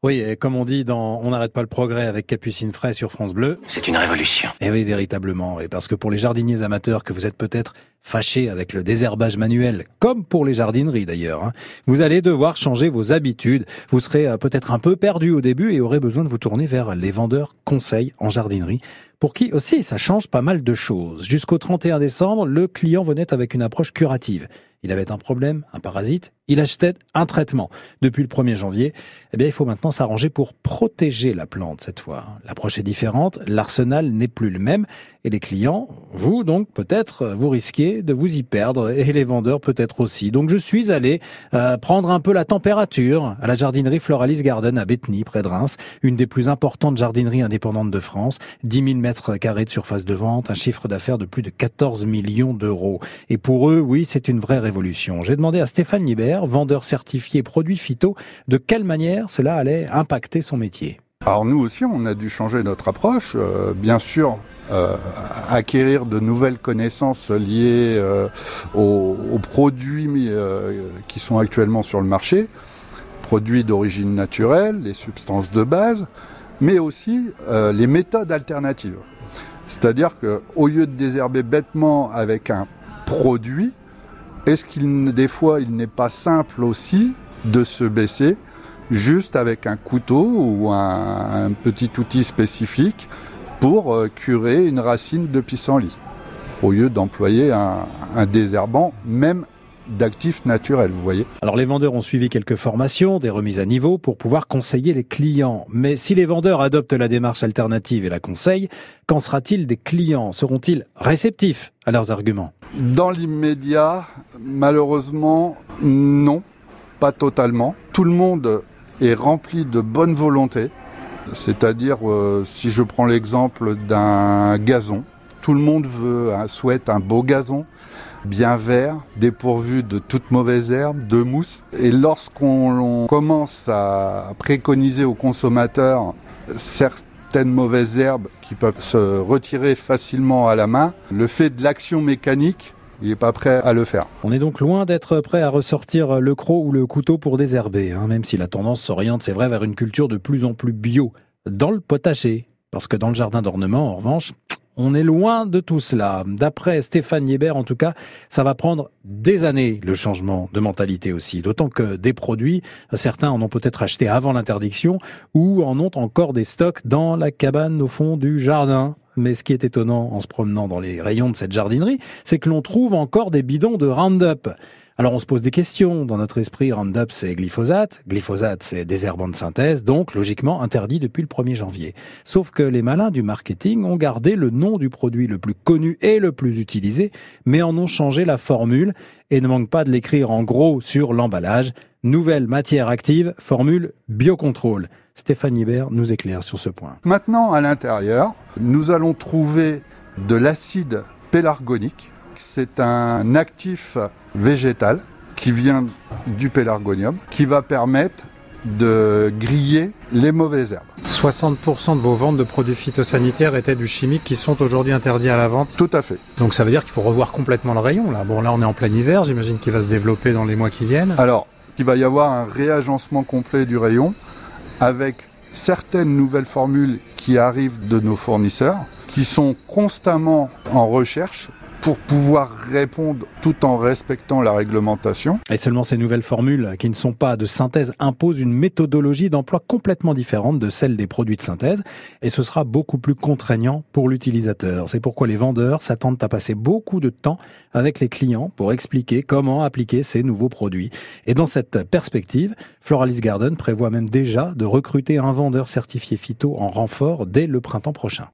Oui, et comme on dit dans On n'arrête pas le progrès avec Capucine Fray sur France Bleu. C'est une révolution. Et oui, véritablement. Et parce que pour les jardiniers amateurs que vous êtes peut-être fâchés avec le désherbage manuel, comme pour les jardineries d'ailleurs, vous allez devoir changer vos habitudes. Vous serez peut-être un peu perdu au début et aurez besoin de vous tourner vers les vendeurs conseils en jardinerie, pour qui aussi ça change pas mal de choses. Jusqu'au 31 décembre, le client venait avec une approche curative. Il avait un problème, un parasite, il achetait un traitement. Depuis le 1er janvier, il faut maintenant s'arranger pour protéger la plante cette fois. L'approche est différente, l'arsenal n'est plus le même et les clients, vous donc peut-être, vous risquez de vous y perdre et les vendeurs peut-être aussi. Donc je suis allé prendre un peu la température à la jardinerie Floralis Garden à Bétheny, près de Reims, une des plus importantes jardineries indépendantes de France, 10 000 mètres carrés de surface de vente, un chiffre d'affaires de plus de 14 millions d'euros. Et pour eux, oui, c'est une vraie révolution. J'ai demandé à Stéphane Libert, vendeur certifié produits phyto, de quelle manière cela allait impacter son métier. Alors nous aussi, on a dû changer notre approche. Bien sûr, acquérir de nouvelles connaissances liées aux produits qui sont actuellement sur le marché, produits d'origine naturelle, les substances de base, mais aussi les méthodes alternatives. C'est-à-dire qu'au lieu de désherber bêtement avec un produit, est-ce qu'il des fois il n'est pas simple aussi de se baisser juste avec un couteau ou un petit outil spécifique pour curer une racine de pissenlit, au lieu d'employer un désherbant même d'actifs naturels, vous voyez. Alors les vendeurs ont suivi quelques formations, des remises à niveau pour pouvoir conseiller les clients. Mais si les vendeurs adoptent la démarche alternative et la conseillent, qu'en sera-t-il des clients? Seront-ils réceptifs à leurs arguments? Dans l'immédiat, malheureusement, non, pas totalement. Tout le monde est rempli de bonne volonté. C'est-à-dire, si je prends l'exemple d'un gazon, tout le monde souhaite un beau gazon, bien vert, dépourvu de toute mauvaise herbe, de mousse. Et lorsqu'on commence à préconiser aux consommateurs certaines mauvaises herbes qui peuvent se retirer facilement à la main, le fait de l'action mécanique, il n'est pas prêt à le faire. On est donc loin d'être prêt à ressortir le croc ou le couteau pour désherber, même si la tendance s'oriente, c'est vrai, vers une culture de plus en plus bio, dans le potager. Parce que dans le jardin d'ornement, en revanche, on est loin de tout cela. D'après Stéphane Libert, en tout cas, ça va prendre des années, le changement de mentalité aussi. D'autant que des produits, certains en ont peut-être acheté avant l'interdiction ou en ont encore des stocks dans la cabane au fond du jardin. Mais ce qui est étonnant en se promenant dans les rayons de cette jardinerie, c'est que l'on trouve encore des bidons de Roundup. Alors on se pose des questions. Dans notre esprit, Roundup c'est glyphosate. Glyphosate c'est désherbant de synthèse, donc logiquement interdit depuis le 1er janvier. Sauf que les malins du marketing ont gardé le nom du produit le plus connu et le plus utilisé, mais en ont changé la formule et ne manquent pas de l'écrire en gros sur l'emballage. Nouvelle matière active, formule biocontrôle. Stéphane Libert nous éclaire sur ce point. Maintenant, à l'intérieur, nous allons trouver de l'acide pélargonique. C'est un actif végétal qui vient du pélargonium, qui va permettre de griller les mauvaises herbes. 60% de vos ventes de produits phytosanitaires étaient du chimique qui sont aujourd'hui interdits à la vente. Tout à fait. Donc ça veut dire qu'il faut revoir complètement le rayon là. Bon là on est en plein hiver, j'imagine qu'il va se développer dans les mois qui viennent. Alors, il va y avoir un réagencement complet du rayon avec certaines nouvelles formules qui arrivent de nos fournisseurs, qui sont constamment en recherche pour pouvoir répondre tout en respectant la réglementation. Et seulement ces nouvelles formules, qui ne sont pas de synthèse, imposent une méthodologie d'emploi complètement différente de celle des produits de synthèse, et ce sera beaucoup plus contraignant pour l'utilisateur. C'est pourquoi les vendeurs s'attendent à passer beaucoup de temps avec les clients pour expliquer comment appliquer ces nouveaux produits. Et dans cette perspective, Floralis Garden prévoit même déjà de recruter un vendeur certifié phyto en renfort dès le printemps prochain.